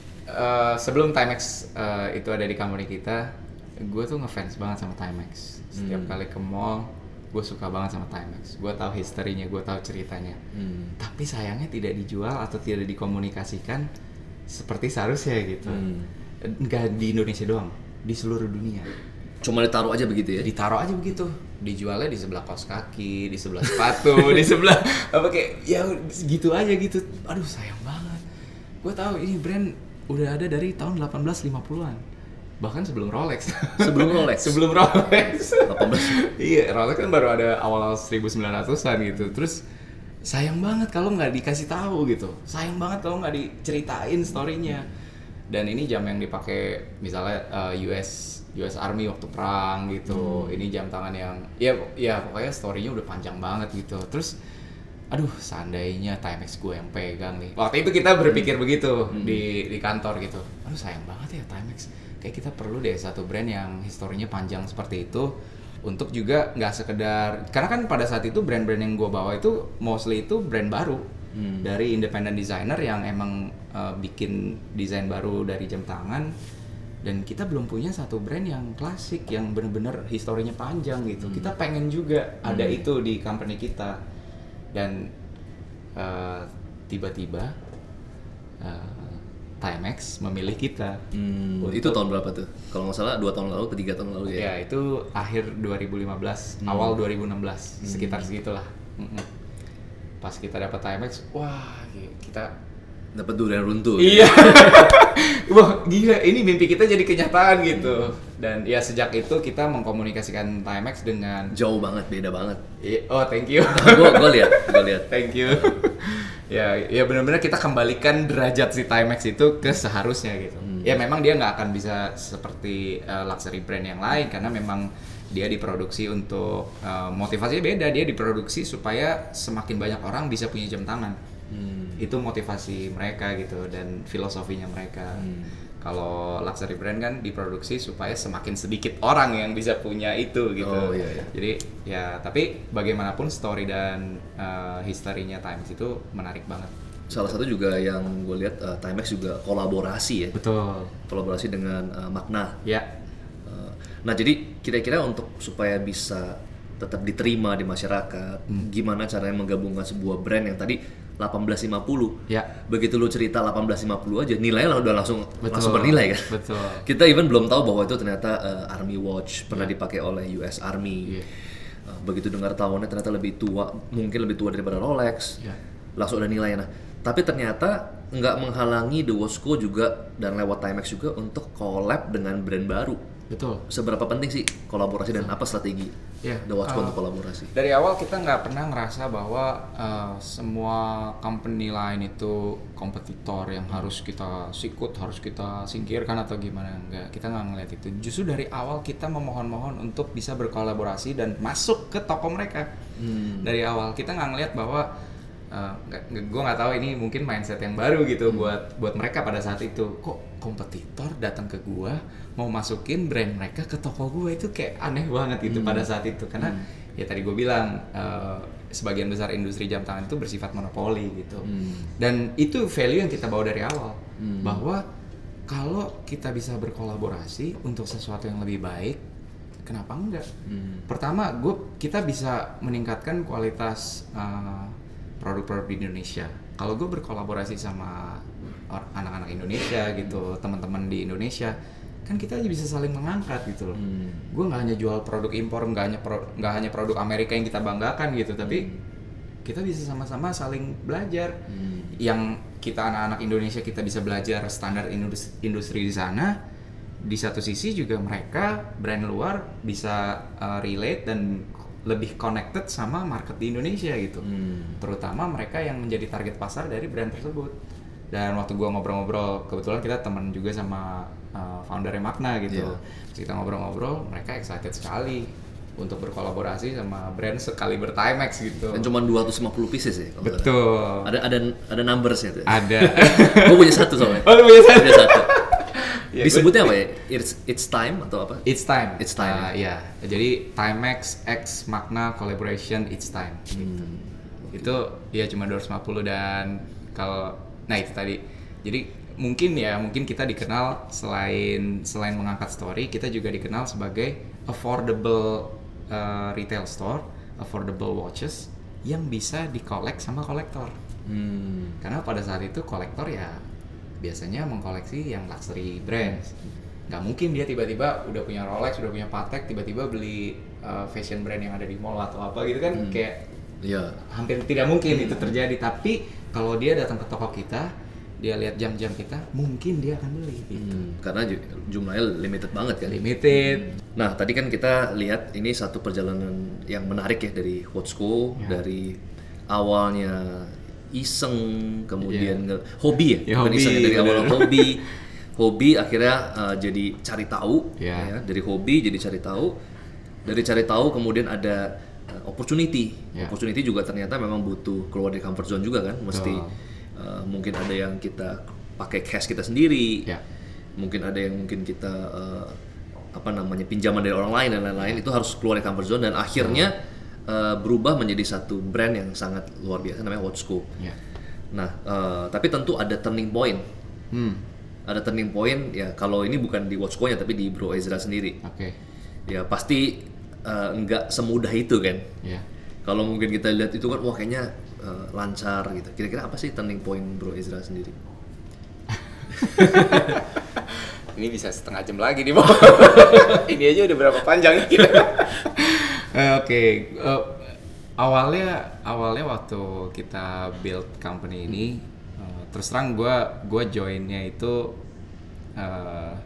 uh, sebelum Timex uh, itu ada di company kita, gue tuh ngefans banget sama Timex. Setiap hmm. kali ke mall, gue suka banget sama Timex. Gue tahu historinya, gue tahu ceritanya. Hmm. Tapi sayangnya tidak dijual atau tidak dikomunikasikan seperti seharusnya gitu. Hmm. Nggak di Indonesia doang, di seluruh dunia. Cuma ditaruh aja begitu ya? Ditaruh aja begitu. Dijualnya di sebelah kaos kaki, di sebelah sepatu, di sebelah apa kayak ya gitu aja gitu. Aduh sayang banget. Gue tahu ini brand udah ada dari tahun delapan belas lima puluhan. Bahkan sebelum Rolex. Sebelum Rolex? Sebelum Rolex. delapan belas Iya, Rolex kan baru ada awal-awal seribu sembilan ratusan gitu. Terus sayang banget kalau nggak dikasih tahu gitu. Sayang banget kalau nggak diceritain story-nya. Dan ini jam yang dipakai misalnya uh, U S U S Army waktu perang gitu. Hmm. Ini jam tangan yang ya ya pokoknya story-nya udah panjang banget gitu. Terus aduh seandainya Timex gue yang pegang nih. Waktu itu kita berpikir hmm. begitu hmm. di di kantor gitu. Aduh sayang banget ya Timex. Kayak kita perlu deh satu brand yang historinya panjang seperti itu untuk juga nggak sekedar karena kan pada saat itu brand-brand yang gue bawa itu mostly itu brand baru. Hmm. Dari independent designer yang emang uh, bikin desain baru dari jam tangan dan kita belum punya satu brand yang klasik yang bener-bener historinya panjang gitu. Hmm. Kita pengen juga hmm. ada itu di company kita dan uh, tiba-tiba uh, Timex memilih kita. Hmm. Untuk... Itu tahun berapa tuh? Kalau nggak salah dua tahun lalu atau tiga tahun lalu ya? Ya itu akhir dua ribu lima belas, hmm. awal dua ribu enam belas hmm. sekitar segitulah. Mm-mm. Pas kita dapat Timex, wah kita dapat durian runtuh. Iya. Wah gila, ini mimpi kita jadi kenyataan gitu. Dan ya sejak itu kita mengkomunikasikan Timex dengan jauh banget, beda banget. Oh thank you. Gue gue lihat, gue lihat. Thank you. ya ya benar-benar kita kembalikan derajat si Timex itu ke seharusnya gitu. Hmm. Ya memang dia nggak akan bisa seperti uh, luxury brand yang lain karena memang dia diproduksi untuk uh, motivasinya beda, dia diproduksi supaya semakin banyak orang bisa punya jam tangan. Hmm. Itu motivasi mereka gitu dan filosofinya mereka. Hmm. Kalau luxury brand kan diproduksi supaya semakin sedikit orang yang bisa punya itu gitu. Oh, iya, iya. Jadi ya tapi bagaimanapun story dan uh, historinya Timex itu menarik banget. Salah satu juga yang gue lihat uh, Timex juga kolaborasi ya. Betul. Kolaborasi dengan uh, Magna. Ya. Nah jadi kira-kira untuk supaya bisa tetap diterima di masyarakat, hmm. gimana caranya menggabungkan sebuah brand yang tadi delapan belas lima puluh, ya. Begitu lu cerita delapan belas lima puluh aja nilainya udah langsung betul, langsung bernilai kan? Betul. Kita even belum tahu bahwa itu ternyata uh, Army Watch pernah yeah. dipakai oleh U S Army. Yeah. Uh, begitu dengar tahunnya ternyata lebih tua, mungkin lebih tua daripada Rolex, yeah. langsung ada nilainya. Nah, tapi ternyata nggak menghalangi The Watch Co juga dan lewat Timex juga untuk collab dengan brand baru. Betul. Seberapa penting sih kolaborasi dan apa strategi yeah. The Watch Co uh, untuk kolaborasi? Dari awal kita nggak pernah ngerasa bahwa uh, semua company lain itu kompetitor yang harus kita sikut, harus kita singkirkan atau gimana. Enggak, kita nggak ngeliat itu. Justru dari awal kita memohon-mohon untuk bisa berkolaborasi dan masuk ke toko mereka. Hmm. Dari awal kita nggak ngeliat bahwa uh, gue nggak tahu ini mungkin mindset yang baru gitu hmm. buat buat mereka pada saat itu. Kok kompetitor datang ke gue mau masukin brand mereka ke toko gue, itu kayak aneh banget gitu hmm. pada saat itu karena hmm. ya tadi gue bilang uh, sebagian besar industri jam tangan itu bersifat monopoli gitu hmm. dan itu value yang kita bawa dari awal hmm. bahwa kalau kita bisa berkolaborasi untuk sesuatu yang lebih baik, kenapa enggak? Hmm. Pertama, gue kita bisa meningkatkan kualitas uh, produk-produk di Indonesia. Kalau gue berkolaborasi sama anak-anak Indonesia gitu, teman-teman di Indonesia, kan kita aja bisa saling mengangkat gitu loh. Hmm. Gue nggak hanya jual produk impor, nggak hanya nggak hanya produk Amerika yang kita banggakan gitu, tapi hmm. kita bisa sama-sama saling belajar. Hmm. Yang kita anak-anak Indonesia kita bisa belajar standar industri, industri di sana, di satu sisi juga mereka brand luar bisa uh, relate dan lebih connected sama market di Indonesia gitu. Hmm. Terutama mereka yang menjadi target pasar dari brand tersebut. Dan waktu gua ngobrol-ngobrol, kebetulan kita teman juga sama uh, foundernya Magna gitu. Yeah. Terus kita ngobrol-ngobrol, mereka excited sekali untuk berkolaborasi sama brand sekaliber Timex gitu. Dan cuma dua ratus lima puluh pieces ya? Betul. Ada ada ada numbersnya tuh? Ada. Gue punya satu soalnya. Oh, punya satu? Punya satu. Ya, disebutnya apa ya? It's, it's time atau apa? It's time. It's time. Uh, ya. Jadi Timex X Magna collaboration It's time. Gitu. Hmm. Itu ya cuma dua ratus lima puluh dan kalau nah itu tadi. Jadi mungkin ya mungkin kita dikenal selain selain mengangkat story, kita juga dikenal sebagai affordable uh, retail store, affordable watches yang bisa dikolek sama kolektor. Hmm. Karena pada saat itu kolektor ya biasanya mengkoleksi yang luxury brands. Nggak mungkin dia tiba-tiba udah punya Rolex, udah punya Patek, tiba-tiba beli uh, fashion brand yang ada di mall atau apa gitu kan. Hmm. Kayak ya hampir tidak mungkin hmm. itu terjadi. Tapi kalau dia datang ke toko kita, dia lihat jam-jam kita, mungkin dia akan beli gitu. Hmm, karena jumlahnya limited banget kan. Limited. Hmm. Nah tadi kan kita lihat ini satu perjalanan yang menarik ya dari Hotsco, ya. Dari awalnya iseng, kemudian yeah. hobi ya, ya bukan hobi, iseng ya, dari bener. awal hobi, hobi akhirnya uh, jadi cari tahu, yeah. ya, dari hobi jadi cari tahu, dari cari tahu kemudian ada uh, opportunity, yeah. opportunity juga ternyata memang butuh keluar dari comfort zone juga kan, mesti uh, mungkin ada yang kita pakai cash kita sendiri, yeah. mungkin ada yang mungkin kita uh, apa namanya pinjaman dari orang lain dan lain-lain, itu harus keluar dari comfort zone dan akhirnya yeah. Uh, berubah menjadi satu brand yang sangat luar biasa namanya Hotsco. Yeah. Nah, uh, tapi tentu ada turning point. Hmm. Ada turning point ya kalau ini bukan di Hotsco-nya tapi di Bro Ezra sendiri. Oke. Okay. Ya pasti uh, nggak semudah itu kan. Yeah. Kalau mungkin kita lihat itu kan wah kayaknya uh, lancar gitu. Kira-kira apa sih turning point Bro Ezra sendiri? Ini bisa setengah jam lagi nih, Bang. Ini aja udah berapa panjang kita. Uh, Oke, okay. uh, awalnya awalnya waktu kita build company ini, uh, terus terang gue gue joinnya itu uh,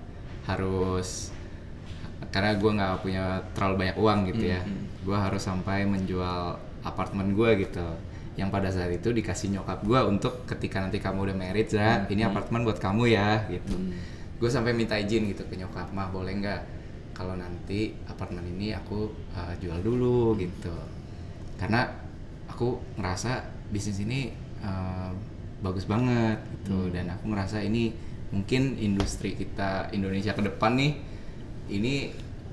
harus karena gue nggak punya terlalu banyak uang gitu ya, mm-hmm. gue harus sampai menjual apartemen gue gitu, yang pada saat itu dikasih nyokap gue untuk ketika nanti kamu udah married, Zra, mm-hmm. ini apartemen buat kamu ya gitu, mm-hmm. gue sampai minta izin gitu ke nyokap, mah boleh nggak? Kalau nanti apartemen ini aku uh, jual dulu gitu, karena aku ngerasa bisnis ini uh, bagus banget gitu, hmm. dan aku ngerasa ini mungkin industri kita Indonesia ke depan nih ini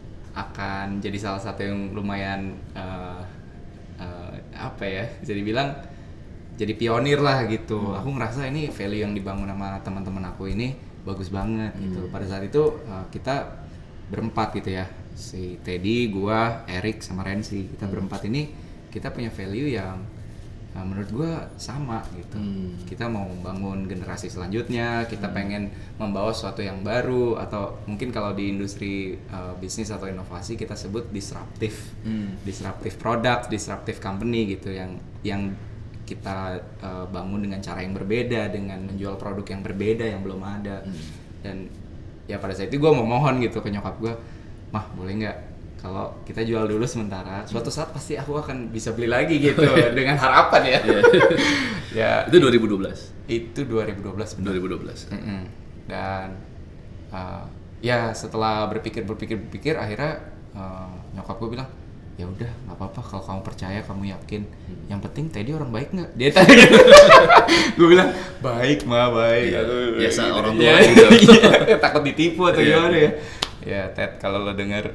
akan jadi salah satu yang lumayan uh, uh, apa ya bisa dibilang jadi pionir lah gitu. Hmm. Aku ngerasa ini value yang dibangun sama teman-teman aku ini bagus banget hmm. gitu. Pada saat itu uh, kita berempat gitu ya, si Teddy, gua, Eric, sama Renzi, kita hmm. berempat ini kita punya value yang uh, menurut gua sama gitu. hmm. Kita mau membangun generasi selanjutnya, kita hmm. pengen membawa sesuatu yang baru, atau mungkin kalau di industri uh, bisnis atau inovasi kita sebut disruptive hmm. disruptive product, disruptive company gitu, yang yang kita uh, bangun dengan cara yang berbeda, dengan menjual produk yang berbeda yang belum ada. hmm. Dan ya pada saat itu gue mau mohon gitu ke nyokap gue, mah boleh nggak kalau kita jual dulu sementara, suatu saat pasti aku akan bisa beli lagi gitu. Dengan harapan ya. Ya itu dua ribu dua belas. Itu dua ribu dua belas. dua ribu dua belas. Mm-hmm. Dan uh, ya setelah berpikir berpikir berpikir akhirnya uh, nyokap gue bilang, ya udah nggak apa-apa kalau kamu percaya, kamu yakin, hmm. yang penting Teddy orang baik nggak? Dia tanya. Gue bilang baik mah baik. Ya, biasa gitu. Orang tua ya, gitu. Ya, takut ditipu atau yeah. gimana ya? Ya Ted kalau lo dengar.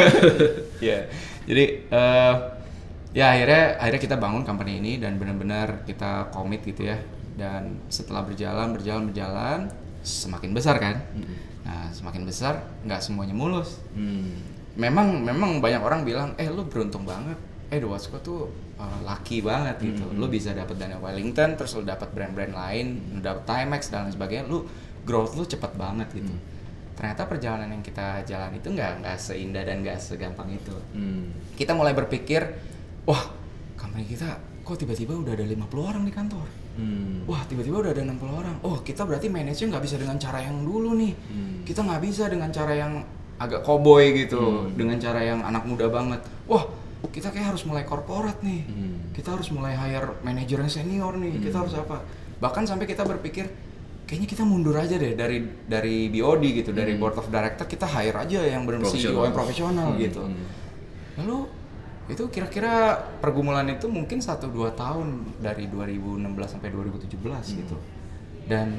Ya jadi uh, ya akhirnya akhirnya kita bangun company ini dan benar-benar kita komit gitu ya. Dan setelah berjalan berjalan berjalan semakin besar kan. Hmm. Nah semakin besar nggak semuanya mulus. Hmm. Memang memang banyak orang bilang, eh lu beruntung banget, eh The Hotsco tuh uh, lucky banget gitu, mm-hmm. lu bisa dapat Daniel Wellington, terus lu dapat brand-brand lain, lu dapat Timex dan lain sebagainya, lu growth lu cepat banget gitu. Mm. Ternyata perjalanan yang kita jalan itu nggak nggak seindah dan nggak segampang itu. Mm. Kita mulai berpikir, wah company kita kok tiba-tiba udah ada lima puluh orang di kantor. Hmm. Wah tiba-tiba udah ada enam puluh orang. Oh kita berarti manage-nya nggak bisa dengan cara yang dulu nih. Hmm. kita nggak bisa dengan cara yang agak cowboy gitu, hmm. dengan cara yang anak muda banget. Wah, kita kayak harus mulai korporat nih, hmm. kita harus mulai hire manajer yang senior nih, hmm. kita harus apa? Bahkan sampai kita berpikir kayaknya kita mundur aja deh dari dari B O D gitu, hmm. dari board of director, kita hire aja yang benar-benar C E O yang profesional hmm. gitu. Hmm. Lalu itu kira-kira pergumulan itu mungkin satu dua tahun dari dua ribu enam belas sampai dua ribu tujuh belas hmm. gitu. Dan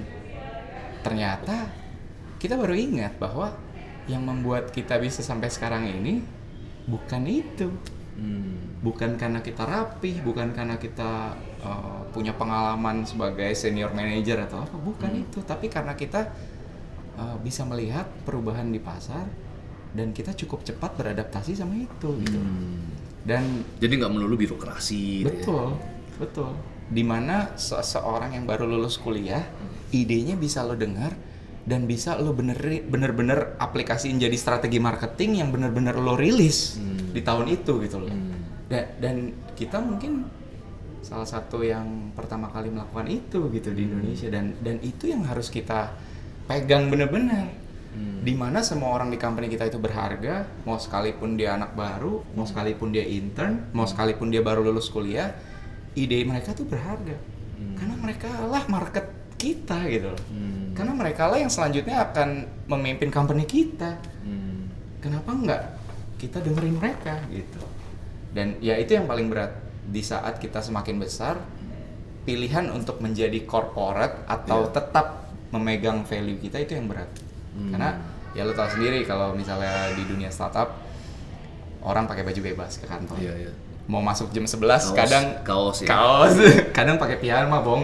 ternyata kita baru ingat bahwa yang membuat kita bisa sampai sekarang ini bukan itu. Hmm. Bukan karena kita rapih, bukan karena kita uh, punya pengalaman sebagai senior manager atau apa, bukan hmm. itu. Tapi karena kita uh, bisa melihat perubahan di pasar dan kita cukup cepat beradaptasi sama itu gitu. Hmm. Dan jadi nggak melulu birokrasi. Betul, ya? betul. Dimana seseorang yang baru lulus kuliah, hmm. idenya bisa lo dengar dan bisa lo bener bener-bener aplikasiin jadi strategi marketing yang bener-bener lo rilis hmm. di tahun itu gitu loh. Hmm. Dan, dan kita mungkin salah satu yang pertama kali melakukan itu gitu di Indonesia, dan dan itu yang harus kita pegang bener-bener. Hmm. Dimana semua orang di company kita itu berharga, mau sekalipun dia anak baru, hmm. mau sekalipun dia intern, mau sekalipun dia baru lulus kuliah, ide mereka tuh berharga. Hmm. Karena mereka lah market kita gitu loh. Hmm. Karena mereka lah yang selanjutnya akan memimpin company kita. Hmm. Kenapa enggak kita dengerin mereka gitu. Dan ya itu yang paling berat di saat kita semakin besar, pilihan untuk menjadi corporate atau yeah. tetap memegang value kita itu yang berat. Hmm. Karena ya lo tau sendiri kalau misalnya di dunia startup orang pakai baju bebas ke kantor. Yeah, yeah. Mau masuk jam sebelas, kaos, kadang kaos ya. Kaos. Kadang pakai piyama, Bong.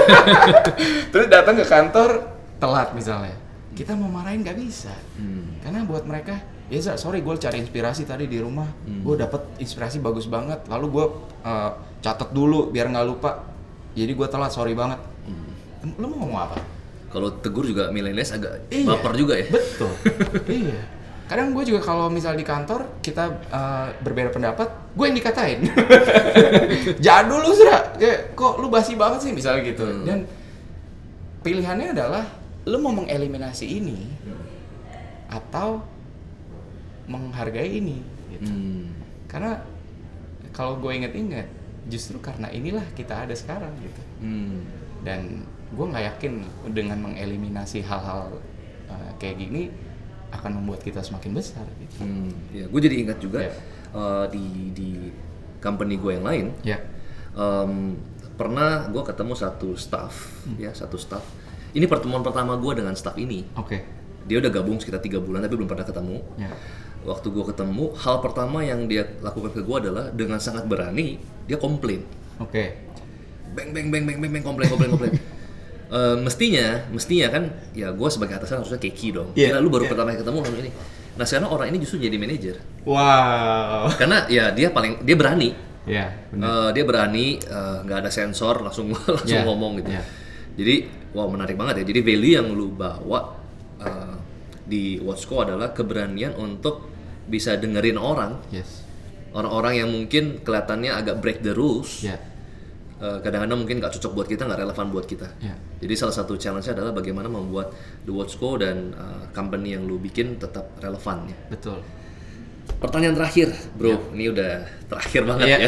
Terus datang ke kantor telat misalnya. Kita mau marahin nggak bisa. Hmm. Karena buat mereka, ya sorry gue cari inspirasi tadi di rumah. Hmm. Gue dapet inspirasi bagus banget. Lalu gue uh, catat dulu biar nggak lupa. Jadi gue telat, sorry banget. Hmm. Lo mau ngomong apa? Kalau tegur juga milenials agak iya, baper juga ya. Betul. Iya. Kadang gue juga kalau misal di kantor kita uh, berbeda pendapat, gue yang dikatain. Jadul lu Sra, kayak kok lu basi banget sih misalnya gitu. Hmm. Dan pilihannya adalah lu mau mengeliminasi ini hmm. atau menghargai ini gitu. Hmm. Karena kalau gue inget-inget, justru karena inilah kita ada sekarang gitu. Hmm. Dan gue nggak yakin dengan mengeliminasi hal-hal uh, kayak gini akan membuat kita semakin besar gitu. Hmm, ya, gue jadi ingat juga yeah. uh, di di company gue yang lain. Yeah. Um, pernah gue ketemu satu staff, hmm. ya satu staff. Ini pertemuan pertama gue dengan staff ini. Oke. Okay. Dia udah gabung sekitar tiga bulan tapi belum pernah ketemu. Yeah. Waktu gue ketemu, hal pertama yang dia lakukan ke gue adalah dengan sangat berani dia komplain. Oke. Okay. Bang bang bang bang bang bang komplain komplain komplain. Uh, mestinya, mestinya kan, ya gue sebagai atasan harusnya keki dong. Yeah, Kira lu baru yeah. pertama kali ketemu langsung ini. Nah sekarang orang ini justru jadi manajer. Wow. Karena ya dia paling, dia berani. Iya. Yeah, uh, dia berani, nggak uh, ada sensor, langsung langsung yeah. ngomong gitu. Yeah. Jadi, wow menarik banget ya. Jadi value yang lu bawa uh, di Watchco adalah keberanian untuk bisa dengerin orang. Yes. Orang-orang yang mungkin kelihatannya agak break the rules. Yeah. Uh, kadang-kadang mungkin nggak cocok buat kita, nggak relevan buat kita. Yeah. Jadi salah satu challenge-nya adalah bagaimana membuat The Watchco dan uh, company yang lu bikin tetap relevan ya. Betul. Pertanyaan terakhir, bro. Yeah. Ini udah terakhir banget yeah. ya.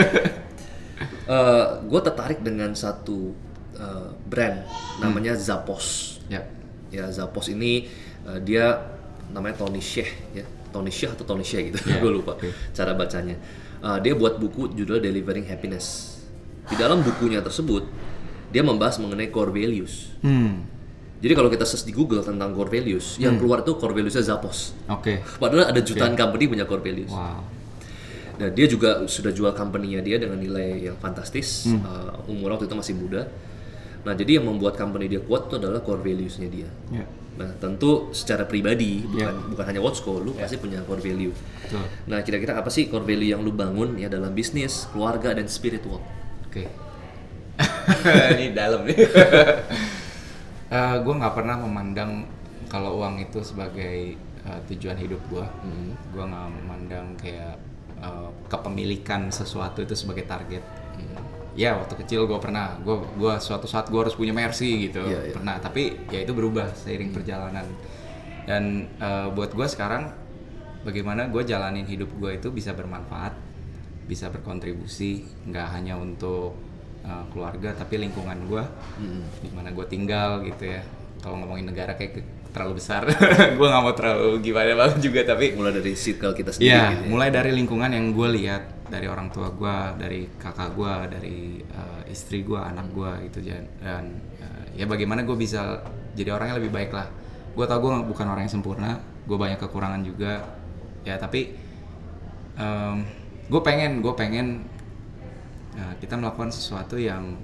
uh, gue tertarik dengan satu uh, brand namanya hmm. Zappos. Yeah. Ya Zappos ini uh, dia namanya Tony Hsieh ya. Tony Hsieh atau Tony Hsieh gitu. Yeah. Gue lupa okay. cara bacanya. Uh, dia buat buku judulnya Delivering Happiness. Di dalam bukunya tersebut, dia membahas mengenai core values. Hmm. Jadi kalau kita search di Google tentang core values, hmm. yang keluar itu core values-nya Zappos. Oke. Okay. Padahal ada jutaan okay. company punya core values. Wow. Dan dia juga sudah jual company-nya dia dengan nilai yang fantastis. Hmm. Uh, umur waktu itu masih muda. Nah, jadi yang membuat company dia kuat itu adalah core values-nya dia. Yeah. Nah, tentu secara pribadi, bukan yeah. bukan hanya Watchco, lu yeah. pasti punya core value. Betul. Nah, kira-kira apa sih core value yang lu bangun ya dalam bisnis, keluarga, dan spiritual? Oke, okay. Ini dalam nih. uh, gue nggak pernah memandang kalau uang itu sebagai uh, tujuan hidup gue. Hmm. Gue nggak memandang kayak uh, kepemilikan sesuatu itu sebagai target. Hmm. Ya waktu kecil gue pernah, gue gue suatu saat gue harus punya Mercy gitu, yeah, yeah. pernah. Tapi ya itu berubah seiring hmm. perjalanan. Dan uh, buat gue sekarang bagaimana gue jalanin hidup gue itu bisa bermanfaat, bisa berkontribusi, nggak hanya untuk uh, keluarga tapi lingkungan gue, mm-hmm. di mana gue tinggal gitu ya. Kalau ngomongin negara kayak terlalu besar, gue nggak mau terlalu gimana banget juga, tapi mulai dari circle kita sendiri. Ya, gitu ya, mulai dari lingkungan yang gue lihat, dari orang tua gue, dari kakak gue, dari uh, istri gue, anak gue gitu, dan uh, ya bagaimana gue bisa jadi orang yang lebih baik lah. Gue tau gue bukan orang yang sempurna, gue banyak kekurangan juga, ya tapi um, gue pengen, gue pengen uh, kita melakukan sesuatu yang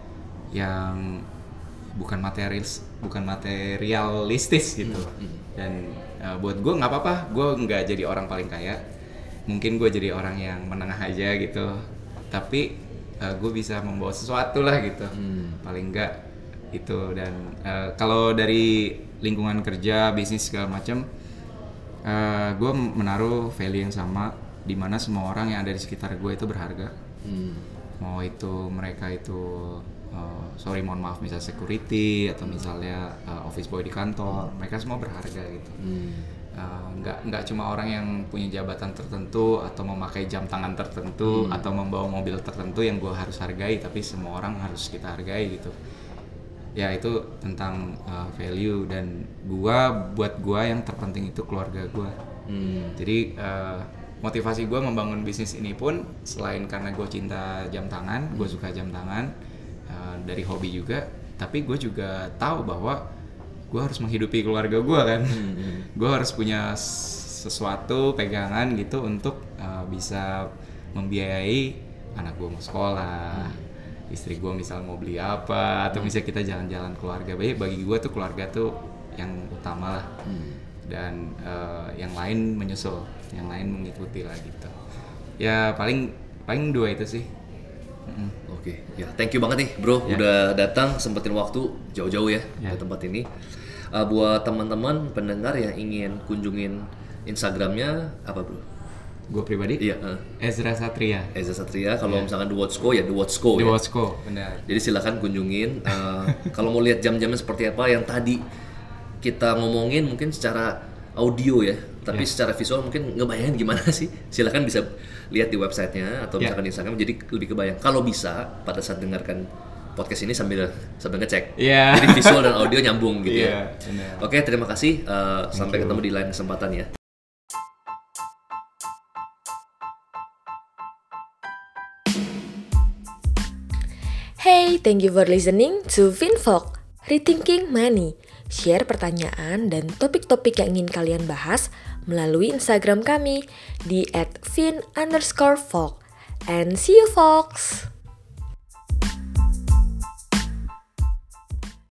yang bukan materialis, bukan materialistis gitu. Mm-hmm. Dan uh, buat gue nggak apa-apa, gue nggak jadi orang paling kaya, mungkin gue jadi orang yang menengah aja gitu, tapi uh, gue bisa membawa sesuatu lah gitu, mm. paling nggak itu. Dan uh, kalau dari lingkungan kerja, bisnis segala macam, uh, gue menaruh value yang sama, di mana semua orang yang ada di sekitar gue itu berharga. Hmm. Mau itu mereka itu uh, sorry mohon maaf misalnya security atau misalnya uh, office boy di kantor, hmm. mereka semua berharga gitu. Hmm. Uh, nggak nggak cuma orang yang punya jabatan tertentu atau memakai jam tangan tertentu, hmm. atau membawa mobil tertentu yang gue harus hargai, tapi semua orang harus kita hargai gitu. Ya itu tentang uh, value, dan gua buat gua yang terpenting itu keluarga gua. Hmm. Jadi uh, motivasi gua membangun bisnis ini pun selain karena gua cinta jam tangan, gua suka jam tangan uh, dari hobi juga, tapi gua juga tahu bahwa gua harus menghidupi keluarga gua kan. Hmm. Gua harus punya sesuatu pegangan gitu untuk uh, bisa membiayai anak gua mau sekolah. Hmm. Istri gue misal mau beli apa, atau misalnya kita jalan-jalan keluarga. Bagi bagi gue tuh keluarga tuh yang utama lah, hmm. dan uh, yang lain menyusul, yang lain mengikuti lah gitu. Ya paling paling dua itu sih. Mm-hmm. Oke, okay. Ya thank you banget nih bro, ya. Udah datang sempetin waktu jauh-jauh ya, ya. Ke tempat ini. Uh, buat teman-teman pendengar yang ingin kunjungin Instagramnya apa bro? Gue pribadi? Iya. Uh. Ezra Satria. Ezra Satria. Kalau yeah. misalkan The Watch Co ya The Watch Co. The ya? Watch Co, benar. Jadi silakan kunjungin. Uh, kalau mau lihat jam-jamnya seperti apa yang tadi kita ngomongin mungkin secara audio ya, tapi yeah. secara visual mungkin ngebayangin gimana sih? Silakan bisa lihat di websitenya atau misalkan yeah. di Instagram. Jadi lebih kebayang. Kalau bisa pada saat dengarkan podcast ini sambil sambil ngecek. Yeah. Jadi visual dan audio nyambung gitu yeah, ya. Benar. Oke, terima kasih. Uh, sampai you. Ketemu di lain kesempatan ya. Hey, thank you for listening to Finfolk, Rethinking Money. Share pertanyaan dan topik-topik yang ingin kalian bahas melalui Instagram kami di at fin underscore folk. And see you folks!